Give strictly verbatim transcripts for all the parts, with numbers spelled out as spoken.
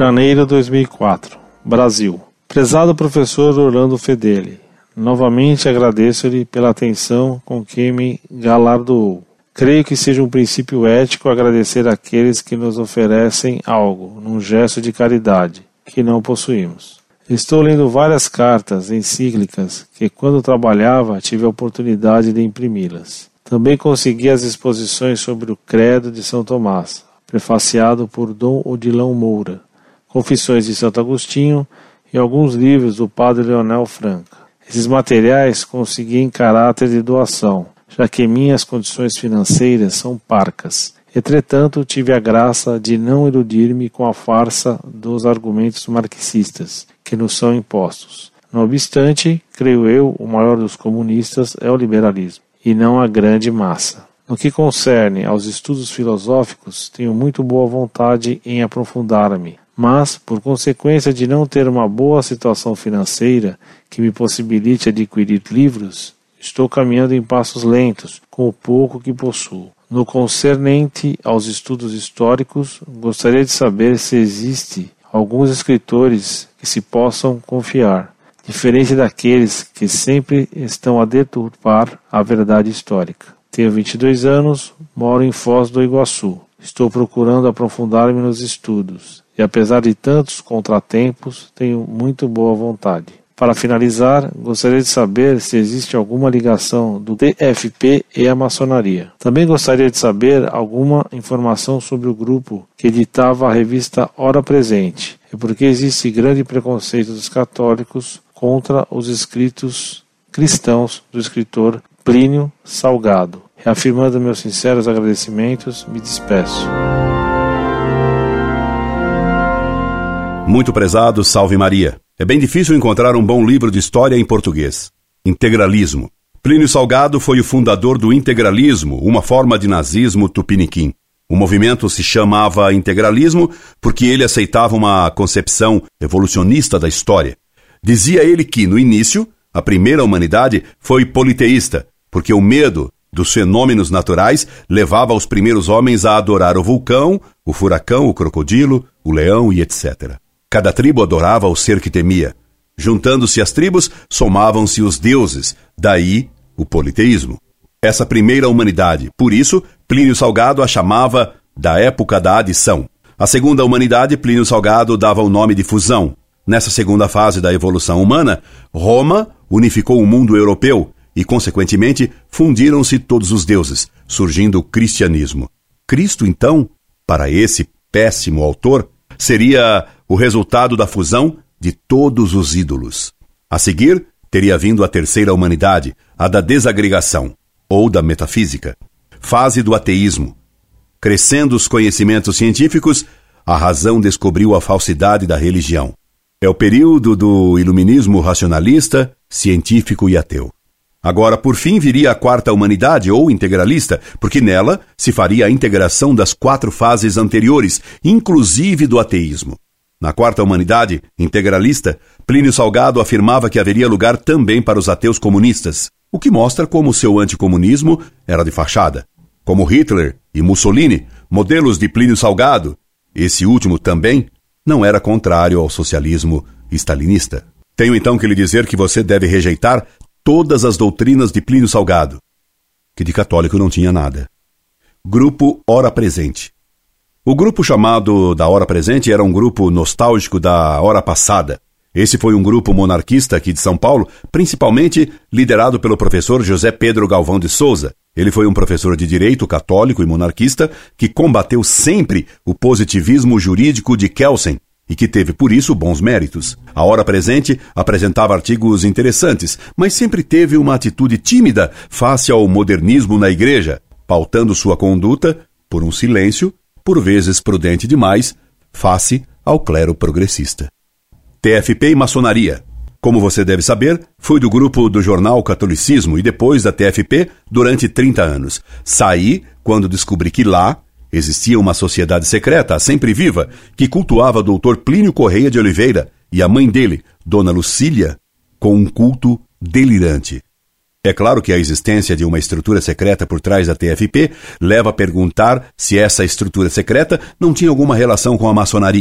Janeiro de dois mil e quatro, Brasil. Prezado professor Orlando Fedeli, novamente agradeço-lhe pela atenção com que me galardoou. Creio que seja um princípio ético agradecer àqueles que nos oferecem algo, num gesto de caridade, que não possuímos. Estou lendo várias cartas encíclicas que, quando trabalhava, tive a oportunidade de imprimi-las. Também consegui as exposições sobre o Credo de São Tomás, prefaciado por Dom Odilão Moura, Confissões de Santo Agostinho e alguns livros do Padre Leonel Franca. Esses materiais consegui em caráter de doação, já que minhas condições financeiras são parcas. Entretanto, tive a graça de não iludir-me com a farsa dos argumentos marxistas, que nos são impostos. Não obstante, creio eu, o maior dos comunistas é o liberalismo, e não a grande massa. No que concerne aos estudos filosóficos, tenho muito boa vontade em aprofundar-me, mas, por consequência de não ter uma boa situação financeira que me possibilite adquirir livros, estou caminhando em passos lentos, com o pouco que possuo. No concernente aos estudos históricos, gostaria de saber se existe alguns escritores que se possam confiar, diferente daqueles que sempre estão a deturpar a verdade histórica. Tenho vinte e dois anos, moro em Foz do Iguaçu. Estou procurando aprofundar-me nos estudos e, apesar de tantos contratempos, tenho muito boa vontade. Para finalizar, gostaria de saber se existe alguma ligação do T F P e a maçonaria. Também gostaria de saber alguma informação sobre o grupo que editava a revista Hora Presente e por que existe grande preconceito dos católicos contra os escritos cristãos do escritor Plínio Salgado. Reafirmando meus sinceros agradecimentos, me despeço. Muito prezado, salve Maria. É bem difícil encontrar um bom livro de história em português. Integralismo. Plínio Salgado foi o fundador do integralismo, uma forma de nazismo tupiniquim. O movimento se chamava integralismo porque ele aceitava uma concepção evolucionista da história. Dizia ele que, no início, a primeira humanidade foi politeísta, porque o medo dos fenômenos naturais levava os primeiros homens a adorar o vulcão, o furacão, o crocodilo, o leão e etcétera. Cada tribo adorava o ser que temia. Juntando-se as tribos, somavam-se os deuses, daí o politeísmo. Essa primeira humanidade, por isso, Plínio Salgado a chamava da época da adição. A segunda humanidade, Plínio Salgado dava o nome de fusão. Nessa segunda fase da evolução humana, Roma unificou o mundo europeu e, consequentemente, fundiram-se todos os deuses, surgindo o cristianismo. Cristo, então, para esse péssimo autor, seria o resultado da fusão de todos os ídolos. A seguir, teria vindo a terceira humanidade, a da desagregação, ou da metafísica. Fase do ateísmo. Crescendo os conhecimentos científicos, a razão descobriu a falsidade da religião. É o período do iluminismo racionalista, científico e ateu. Agora, por fim, viria a quarta humanidade, ou integralista, porque nela se faria a integração das quatro fases anteriores, inclusive do ateísmo. Na quarta humanidade, integralista, Plínio Salgado afirmava que haveria lugar também para os ateus comunistas, o que mostra como seu anticomunismo era de fachada. Como Hitler e Mussolini, modelos de Plínio Salgado, esse último também não era contrário ao socialismo stalinista. Tenho então que lhe dizer que você deve rejeitar todas as doutrinas de Plínio Salgado, que de católico não tinha nada. Grupo Hora Presente. O grupo chamado da Hora Presente era um grupo nostálgico da hora passada. Esse foi um grupo monarquista aqui de São Paulo, principalmente liderado pelo professor José Pedro Galvão de Souza. Ele foi um professor de direito católico e monarquista que combateu sempre o positivismo jurídico de Kelsen e que teve, por isso, bons méritos. A Hora Presente apresentava artigos interessantes, mas sempre teve uma atitude tímida face ao modernismo na igreja, pautando sua conduta por um silêncio, por vezes prudente demais, face ao clero progressista. T F P e maçonaria. Como você deve saber, fui do grupo do jornal Catolicismo e depois da T F P durante trinta anos. Saí quando descobri que lá existia uma sociedade secreta, sempre viva, que cultuava doutor Plínio Correia de Oliveira e a mãe dele, Dona Lucília, com um culto delirante. É claro que a existência de uma estrutura secreta por trás da T F P leva a perguntar se essa estrutura secreta não tinha alguma relação com a maçonaria.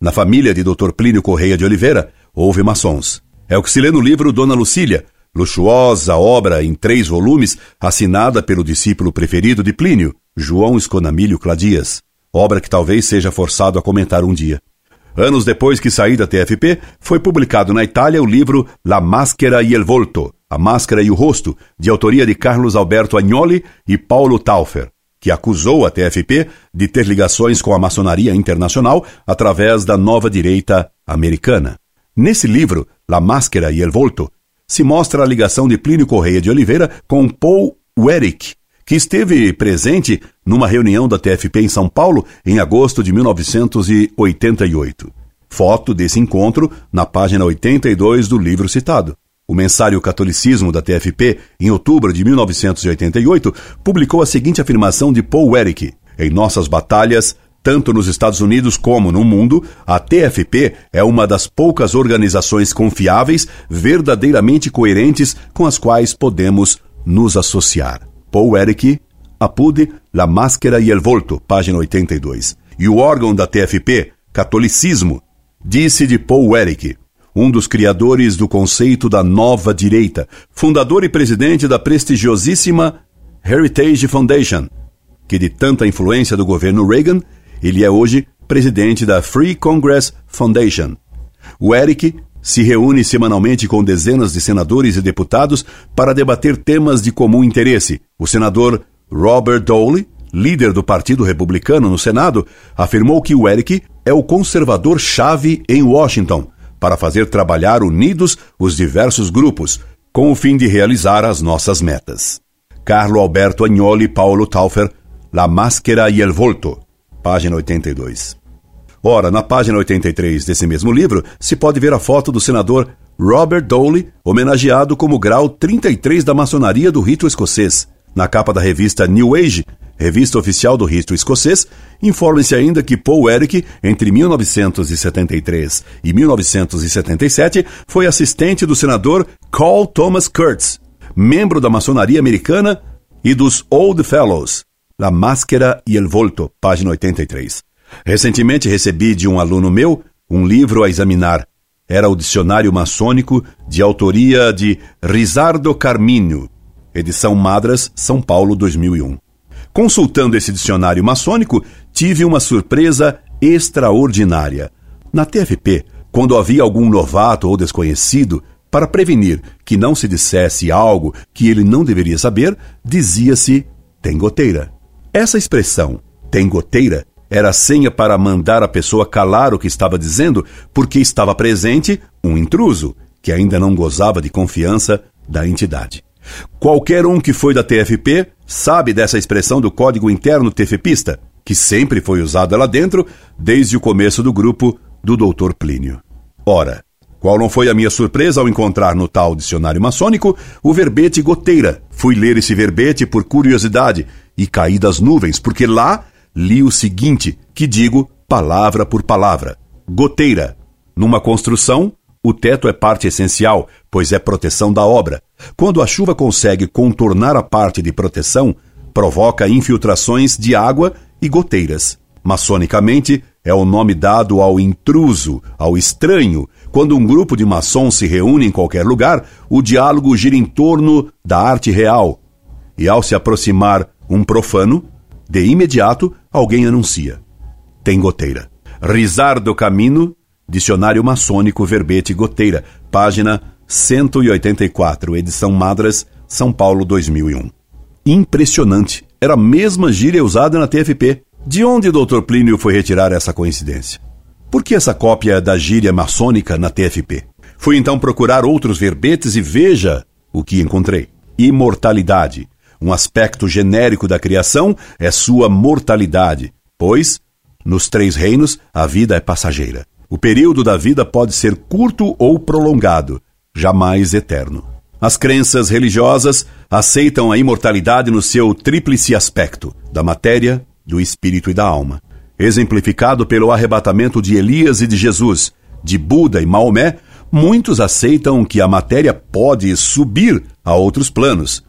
Na família de doutor Plínio Correia de Oliveira, houve maçons. É o que se lê no livro Dona Lucília, luxuosa obra em três volumes, assinada pelo discípulo preferido de Plínio, João Esconamilho Cladias, obra que talvez seja forçado a comentar um dia. Anos depois que saí da T F P, foi publicado na Itália o livro La Maschera e il Volto, A Máscara e o Rosto, de autoria de Carlos Alberto Agnoli e Paulo Taufer, que acusou a T F P de ter ligações com a maçonaria internacional através da nova direita americana. Nesse livro, La Maschera e il Volto, se mostra a ligação de Plínio Correia de Oliveira com Paul Weyrich, que esteve presente numa reunião da T F P em São Paulo em agosto de mil novecentos e oitenta e oito. Foto desse encontro na página oitenta e dois do livro citado. O mensário Catolicismo da T F P, em outubro de mil novecentos e oitenta e oito, publicou a seguinte afirmação de Paul Weyrich: em nossas batalhas, tanto nos Estados Unidos como no mundo, a T F P é uma das poucas organizações confiáveis, verdadeiramente coerentes com as quais podemos nos associar. Paul Weyrich, Apude, La Maschera e il Volto, página oitenta e dois. E o órgão da T F P, Catolicismo, disse de Paul Weyrich, um dos criadores do conceito da nova direita, fundador e presidente da prestigiosíssima Heritage Foundation, que de tanta influência do governo Reagan, ele é hoje presidente da Free Congress Foundation. Weyrich se reúne semanalmente com dezenas de senadores e deputados para debater temas de comum interesse. O senador Robert Dole, líder do Partido Republicano no Senado, afirmou que Weyrich é o conservador-chave em Washington para fazer trabalhar unidos os diversos grupos, com o fim de realizar as nossas metas. Carlo Alberto Agnoli e Paulo Taufer, La Maschera e il Volto, página oitenta e dois. Ora, na página oitenta e três desse mesmo livro, se pode ver a foto do senador Robert Dole, homenageado como grau trinta e três da maçonaria do rito escocês. Na capa da revista New Age, revista oficial do rito escocês, informa-se ainda que Paul Weyrich, entre mil novecentos e setenta e três e mil novecentos e setenta e sete, foi assistente do senador Carl Thomas Kurtz, membro da maçonaria americana e dos Old Fellows. La Maschera e il Volto, página oitenta e três. Recentemente recebi de um aluno meu um livro a examinar. Era o Dicionário Maçônico, de autoria de Rizardo Carminho, edição Madras, São Paulo, dois mil e um. Consultando esse dicionário maçônico, tive uma surpresa extraordinária. Na T F P, quando havia algum novato ou desconhecido, para prevenir que não se dissesse algo que ele não deveria saber, dizia-se tem goteira. Essa expressão, tem goteira, era a senha para mandar a pessoa calar o que estava dizendo, porque estava presente um intruso, que ainda não gozava de confiança da entidade. Qualquer um que foi da T F P sabe dessa expressão do código interno tefepista, que sempre foi usada lá dentro desde o começo do grupo do doutor Plínio. Ora, qual não foi a minha surpresa ao encontrar no tal dicionário maçônico o verbete goteira? Fui ler esse verbete por curiosidade e caí das nuvens, porque lá li o seguinte, que digo palavra por palavra. Goteira. Numa construção, o teto é parte essencial, pois é proteção da obra. Quando a chuva consegue contornar a parte de proteção, provoca infiltrações de água e goteiras. Maçonicamente, é o nome dado ao intruso, ao estranho. Quando um grupo de maçons se reúne em qualquer lugar, o diálogo gira em torno da arte real. E ao se aproximar um profano, de imediato alguém anuncia. Tem goteira. Rizardo Camino, Dicionário Maçônico, verbete goteira, página cento e oitenta e quatro, edição Madras, São Paulo, dois mil e um. Impressionante. Era a mesma gíria usada na T F P. De onde o doutor Plínio foi retirar essa coincidência? Por que essa cópia da gíria maçônica na T F P? Fui então procurar outros verbetes e veja o que encontrei. Imortalidade. Um aspecto genérico da criação é sua mortalidade, pois, nos três reinos, a vida é passageira. O período da vida pode ser curto ou prolongado, jamais eterno. As crenças religiosas aceitam a imortalidade no seu tríplice aspecto, da matéria, do espírito e da alma. Exemplificado pelo arrebatamento de Elias e de Jesus, de Buda e Maomé, muitos aceitam que a matéria pode subir a outros planos,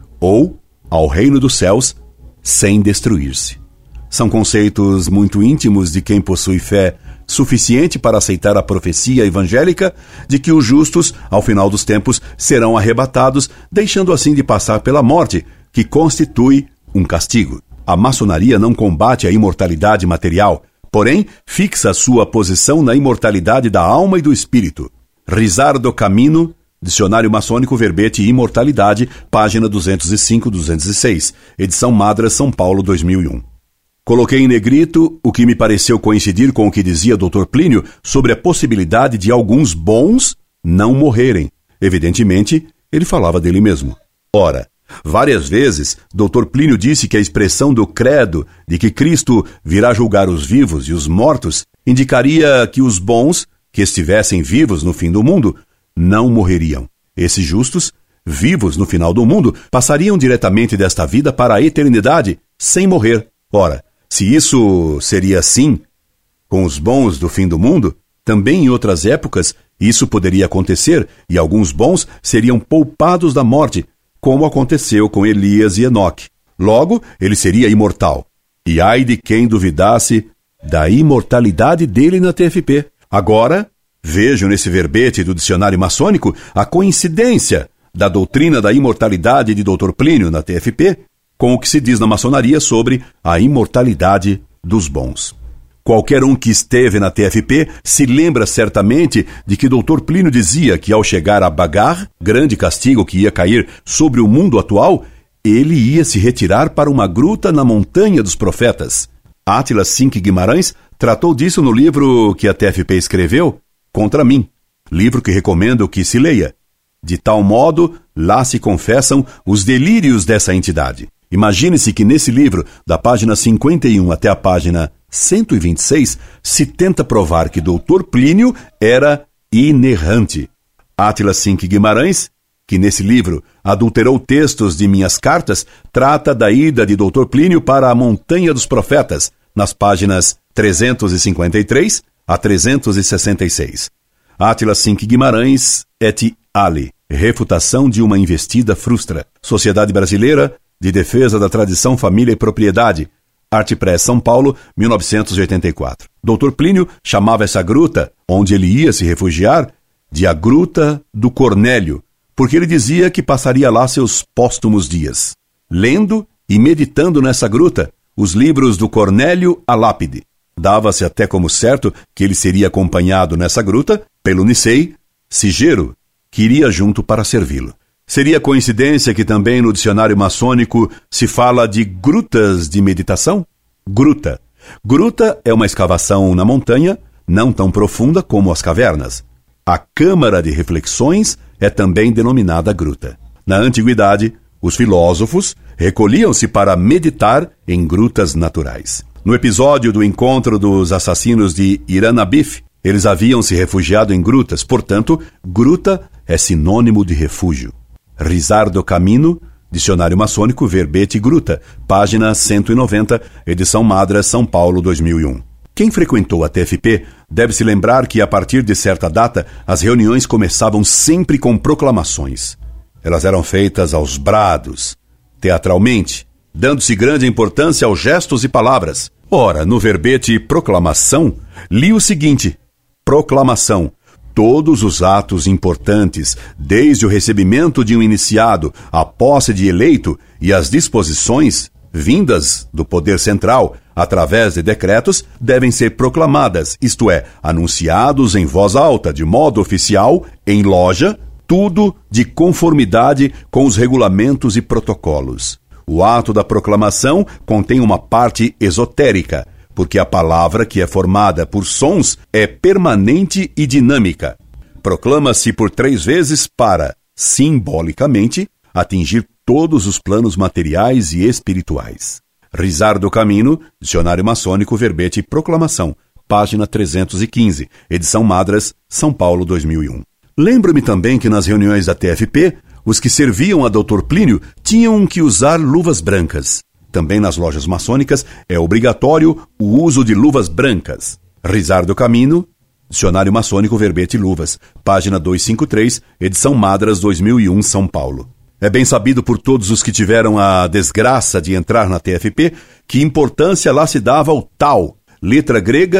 ou ao reino dos céus, sem destruir-se. São conceitos muito íntimos de quem possui fé suficiente para aceitar a profecia evangélica de que os justos, ao final dos tempos, serão arrebatados, deixando assim de passar pela morte, que constitui um castigo. A maçonaria não combate a imortalidade material, porém, fixa sua posição na imortalidade da alma e do espírito. Risardo Camino, Dicionário Maçônico, verbete Imortalidade, página duzentos e cinco a duzentos e seis, edição Madras, São Paulo, dois mil e um. Coloquei em negrito o que me pareceu coincidir com o que dizia doutor Plínio sobre a possibilidade de alguns bons não morrerem. Evidentemente, ele falava dele mesmo. Ora, várias vezes, doutor Plínio disse que a expressão do credo de que Cristo virá julgar os vivos e os mortos indicaria que os bons, que estivessem vivos no fim do mundo, não morreriam. Esses justos, vivos no final do mundo, passariam diretamente desta vida para a eternidade, sem morrer. Ora, se isso seria assim com os bons do fim do mundo, também em outras épocas isso poderia acontecer e alguns bons seriam poupados da morte, como aconteceu com Elias e Enoque. Logo, ele seria imortal. E ai de quem duvidasse da imortalidade dele na T F P. Agora, vejo nesse verbete do dicionário maçônico a coincidência da doutrina da imortalidade de doutor Plínio na T F P com o que se diz na maçonaria sobre a imortalidade dos bons. Qualquer um que esteve na T F P se lembra certamente de que doutor Plínio dizia que ao chegar a Bagar, grande castigo que ia cair sobre o mundo atual, ele ia se retirar para uma gruta na Montanha dos Profetas. Átila Cinque Guimarães tratou disso no livro que a T F P escreveu, Contra Mim, livro que recomendo que se leia. De tal modo, lá se confessam os delírios dessa entidade. Imagine-se que nesse livro, da página cinquenta e um até a página cento e vinte e seis, se tenta provar que doutor Plínio era inerrante. Átila Cinque Guimarães, que nesse livro adulterou textos de minhas cartas, trata da ida de doutor Plínio para a Montanha dos Profetas, nas páginas trezentos e cinquenta e três a trezentos e sessenta e seis. Átila Cinque Guimarães et ali. Refutação de uma investida frustra. Sociedade Brasileira de Defesa da Tradição, Família e Propriedade. Arte Press, São Paulo, mil novecentos e oitenta e quatro. doutor Plínio chamava essa gruta, onde ele ia se refugiar, de a Gruta do Cornélio, porque ele dizia que passaria lá seus póstumos dias, lendo e meditando nessa gruta os livros do Cornélio à lápide. Dava-se até como certo que ele seria acompanhado nessa gruta pelo Nicei Sigero, que iria junto para servi-lo. Seria coincidência que também no dicionário maçônico se fala de grutas de meditação? Gruta. Gruta é uma escavação na montanha, não tão profunda como as cavernas. A câmara de reflexões é também denominada gruta. Na antiguidade, os filósofos recolhiam-se para meditar em grutas naturais. No episódio do encontro dos assassinos de Iranabif, eles haviam se refugiado em grutas, portanto, gruta é sinônimo de refúgio. Risardo Camino, Dicionário Maçônico, verbete gruta, página cento e noventa, edição Madras, São Paulo, dois mil e um. Quem frequentou a T F P deve se lembrar que, a partir de certa data, as reuniões começavam sempre com proclamações. Elas eram feitas aos brados, teatralmente, dando-se grande importância aos gestos e palavras. Ora, no verbete proclamação, li o seguinte: proclamação. Todos os atos importantes, desde o recebimento de um iniciado, a posse de eleito e as disposições vindas do poder central, através de decretos, devem ser proclamadas, isto é, anunciados em voz alta, de modo oficial, em loja, tudo de conformidade com os regulamentos e protocolos. O ato da proclamação contém uma parte esotérica, porque a palavra, que é formada por sons, é permanente e dinâmica. Proclama-se por três vezes para, simbolicamente, atingir todos os planos materiais e espirituais. Risardo Camino, Dicionário Maçônico, verbete proclamação, página trezentos e quinze, edição Madras, São Paulo, dois mil e um. Lembro-me também que nas reuniões da T F P, os que serviam a doutor Plínio tinham que usar luvas brancas. Também nas lojas maçônicas é obrigatório o uso de luvas brancas. Risardo Camino, Dicionário Maçônico, verbete luvas, página duzentos e cinquenta e três, edição Madras, dois mil e um, São Paulo. É bem sabido por todos os que tiveram a desgraça de entrar na T F P que importância lá se dava ao tal, letra grega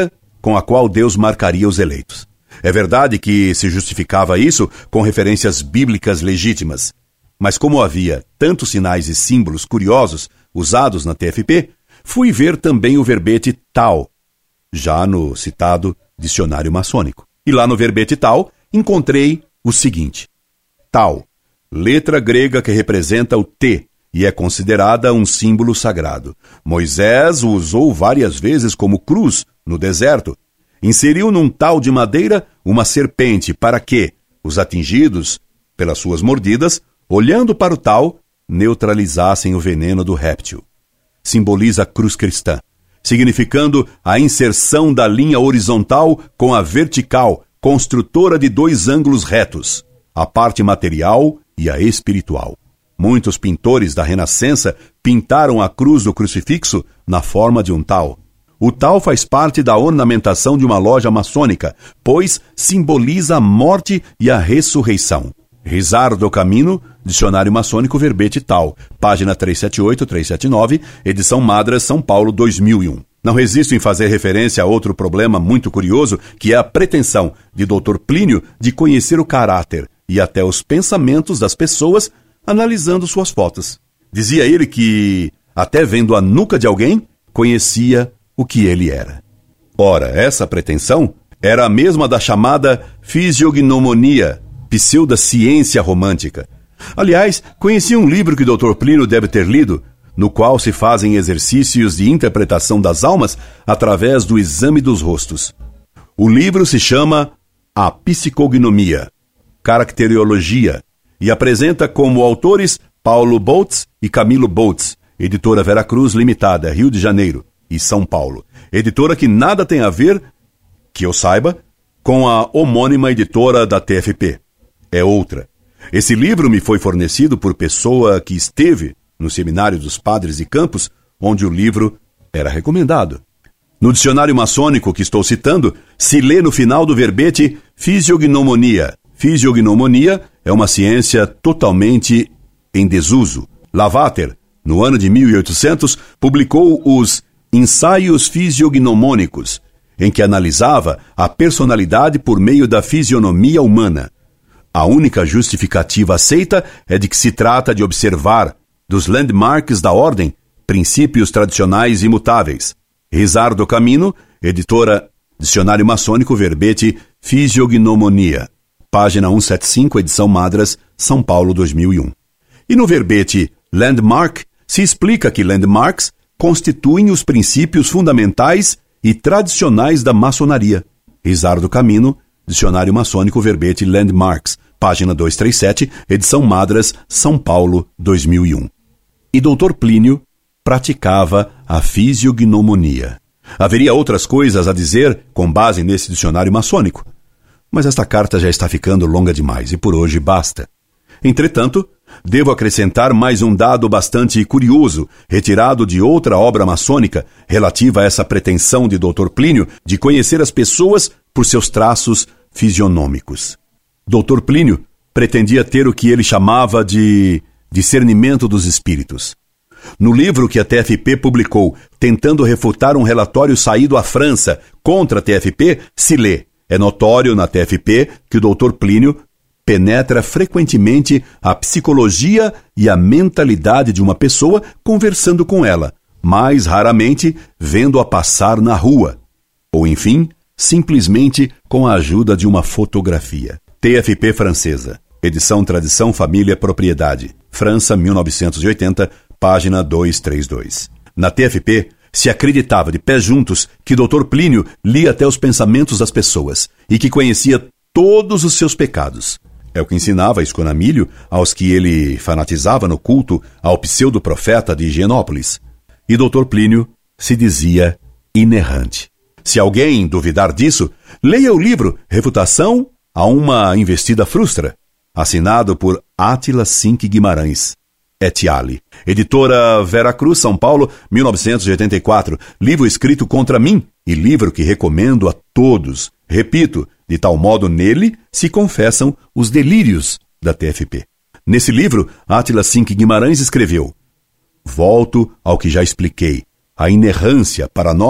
com a qual Deus marcaria os eleitos. É verdade que se justificava isso com referências bíblicas legítimas, mas como havia tantos sinais e símbolos curiosos usados na T F P, fui ver também o verbete tal, já no citado dicionário maçônico. E lá no verbete tal, encontrei o seguinte: tal, letra grega que representa o T e é considerada um símbolo sagrado. Moisés o usou várias vezes como cruz no deserto. Inseriu num tal de madeira uma serpente para que os atingidos pelas suas mordidas, olhando para o tal, neutralizassem o veneno do réptil. Simboliza a cruz cristã, significando a inserção da linha horizontal com a vertical, construtora de dois ângulos retos, a parte material e a espiritual. Muitos pintores da Renascença pintaram a cruz do crucifixo na forma de um tal. O tal faz parte da ornamentação de uma loja maçônica, pois simboliza a morte e a ressurreição. Risar do Camino, Dicionário Maçônico Verbete Tal, página trezentos e setenta e oito, trezentos e setenta e nove, edição Madras, São Paulo, dois mil e um. Não resisto em fazer referência a outro problema muito curioso, que é a pretensão de doutor Plínio de conhecer o caráter e até os pensamentos das pessoas analisando suas fotos. Dizia ele que, até vendo a nuca de alguém, conhecia o que ele era. Ora, essa pretensão era a mesma da chamada fisiognomonia, pseudo-ciência romântica. Aliás, conheci um livro que doutor Plínio deve ter lido, no qual se fazem exercícios de interpretação das almas através do exame dos rostos. O livro se chama A Psicognomia, Caracteriologia, e apresenta como autores Paulo Boltz e Camilo Boltz, editora Veracruz Limitada, Rio de Janeiro e São Paulo. Editora que nada tem a ver, que eu saiba, com a homônima editora da T F P. É outra. Esse livro me foi fornecido por pessoa que esteve no Seminário dos Padres de Campos, onde o livro era recomendado. No dicionário maçônico que estou citando, se lê no final do verbete fisiognomonia. Fisiognomonia é uma ciência totalmente em desuso. Lavater, no ano de mil e oitocentos, publicou os Ensaios Fisiognomônicos, em que analisava a personalidade por meio da fisionomia humana. A única justificativa aceita é de que se trata de observar, dos landmarks da ordem, princípios tradicionais imutáveis. Risar do Camino, editora Dicionário Maçônico Verbete Fisiognomonia, página cento e setenta e cinco, edição Madras, São Paulo, dois mil e um. E no verbete landmark, se explica que landmarks constituem os princípios fundamentais e tradicionais da maçonaria. Risar do Camino, Dicionário Maçônico Verbete Landmarks, página duzentos e trinta e sete, edição Madras, São Paulo, dois mil e um. E doutor Plínio praticava a fisiognomonia. Haveria outras coisas a dizer com base nesse dicionário maçônico, mas esta carta já está ficando longa demais e por hoje basta. Entretanto, devo acrescentar mais um dado bastante curioso, retirado de outra obra maçônica, relativa a essa pretensão de doutor Plínio de conhecer as pessoas por seus traços fisionômicos. doutor Plínio pretendia ter o que ele chamava de discernimento dos espíritos. No livro que a T F P publicou, tentando refutar um relatório saído à França contra a T F P, se lê: é notório na T F P que o doutor Plínio penetra frequentemente a psicologia e a mentalidade de uma pessoa conversando com ela, mais raramente vendo-a passar na rua, ou enfim, simplesmente com a ajuda de uma fotografia. T F P francesa, edição Tradição, Família, Propriedade, França, mil novecentos e oitenta, página duzentos e trinta e dois. Na T F P, se acreditava de pés juntos que doutor Plínio lia até os pensamentos das pessoas e que conhecia todos os seus pecados. É o que ensinava Esconamilho aos que ele fanatizava no culto ao pseudo-profeta de Higienópolis. E doutor Plínio se dizia inerrante. Se alguém duvidar disso, leia o livro Refutação a uma Investida Frustra, assinado por Átila Cinque Guimarães, et al., editora Veracruz, São Paulo, mil novecentos e oitenta e quatro, livro escrito contra mim e livro que recomendo a todos. Repito, de tal modo nele se confessam os delírios da T F P. Nesse livro, Átila Cinque Guimarães escreveu: volto ao que já expliquei. A inerrância, para nós,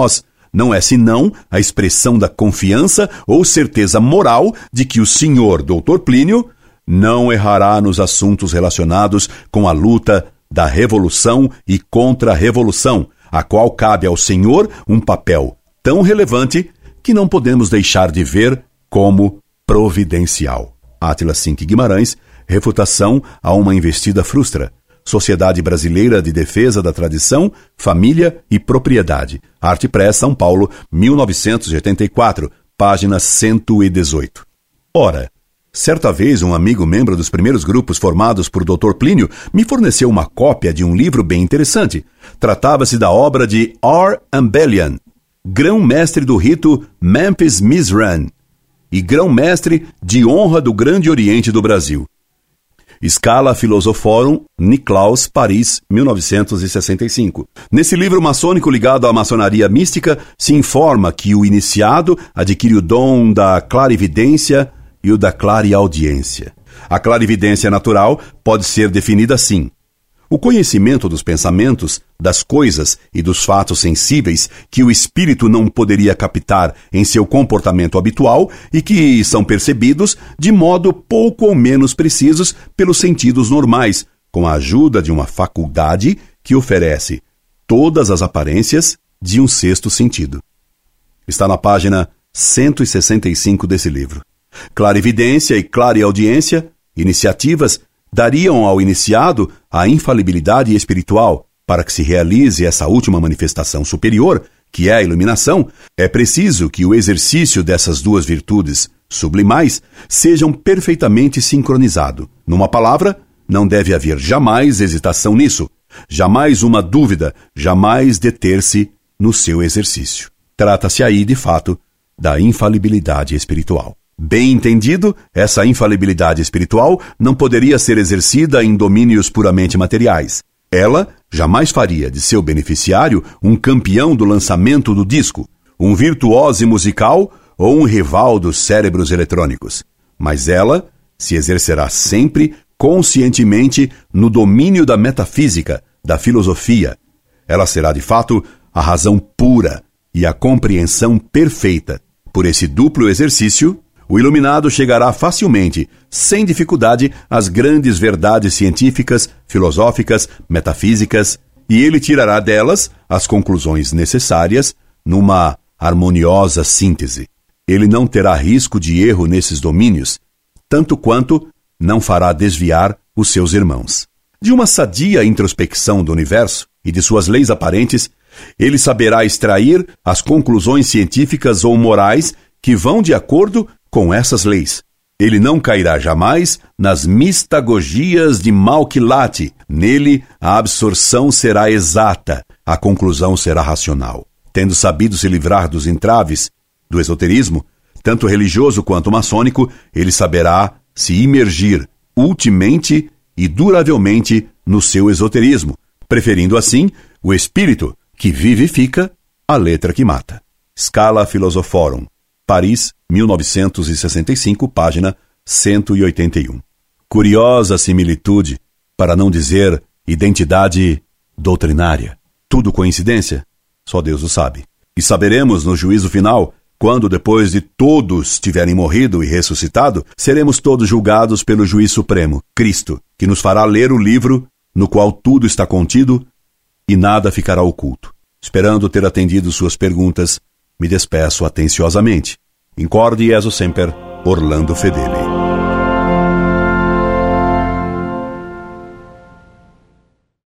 não é senão a expressão da confiança ou certeza moral de que o senhor doutor Plínio não errará nos assuntos relacionados com a luta da revolução e contra-revolução, a qual cabe ao senhor um papel tão relevante que não podemos deixar de ver como providencial. Átila Cinque Guimarães, Refutação a uma investida frustra. Sociedade Brasileira de Defesa da Tradição, Família e Propriedade. Arte Press, São Paulo, mil novecentos e oitenta e quatro, página cento e dezoito. Ora, certa vez um amigo membro dos primeiros grupos formados por doutor Plínio me forneceu uma cópia de um livro bem interessante. Tratava-se da obra de R. Ambelian, grão-mestre do rito Memphis Mizraim e grão-mestre de honra do Grande Oriente do Brasil. Scala Philosophorum, Nicklaus, Paris, mil novecentos e sessenta e cinco. Nesse livro maçônico ligado à maçonaria mística, se informa que o iniciado adquire o dom da clarividência e o da clareaudiência. A clarividência natural pode ser definida assim: o conhecimento dos pensamentos, das coisas e dos fatos sensíveis que o espírito não poderia captar em seu comportamento habitual e que são percebidos de modo pouco ou menos precisos pelos sentidos normais, com a ajuda de uma faculdade que oferece todas as aparências de um sexto sentido. Está na página cento e sessenta e cinco desse livro. Clarividência e clareaudiência, iniciativas, dariam ao iniciado a infalibilidade espiritual. Para que se realize essa última manifestação superior, que é a iluminação, é preciso que o exercício dessas duas virtudes sublimais sejam perfeitamente sincronizado. Numa palavra, não deve haver jamais hesitação nisso, jamais uma dúvida, jamais deter-se no seu exercício. Trata-se aí, de fato, da infalibilidade espiritual. Bem entendido, essa infalibilidade espiritual não poderia ser exercida em domínios puramente materiais. Ela jamais faria de seu beneficiário um campeão do lançamento do disco, um virtuose musical ou um rival dos cérebros eletrônicos. Mas ela se exercerá sempre conscientemente no domínio da metafísica, da filosofia. Ela será, de fato, a razão pura e a compreensão perfeita. Por esse duplo exercício, o iluminado chegará facilmente, sem dificuldade, às grandes verdades científicas, filosóficas, metafísicas, e ele tirará delas as conclusões necessárias numa harmoniosa síntese. Ele não terá risco de erro nesses domínios, tanto quanto não fará desviar os seus irmãos. De uma sadia introspecção do universo e de suas leis aparentes, ele saberá extrair as conclusões científicas ou morais que vão de acordo com essas leis. Ele não cairá jamais nas mistagogias de Malquilate. Nele, a absorção será exata, a conclusão será racional. Tendo sabido se livrar dos entraves do esoterismo, tanto religioso quanto maçônico, ele saberá se imergir ultimamente e duravelmente no seu esoterismo, preferindo assim o espírito que vivifica a letra que mata. Scala Philosophorum, Paris, mil novecentos e sessenta e cinco, página cento e oitenta e um. Curiosa similitude, para não dizer identidade doutrinária. Tudo coincidência? Só Deus o sabe. E saberemos no juízo final, quando depois de todos tiverem morrido e ressuscitado, seremos todos julgados pelo juiz supremo, Cristo, que nos fará ler o livro no qual tudo está contido e nada ficará oculto. Esperando ter atendido suas perguntas, me despeço atenciosamente. Incorde Jesus Semper, Orlando Fedeli.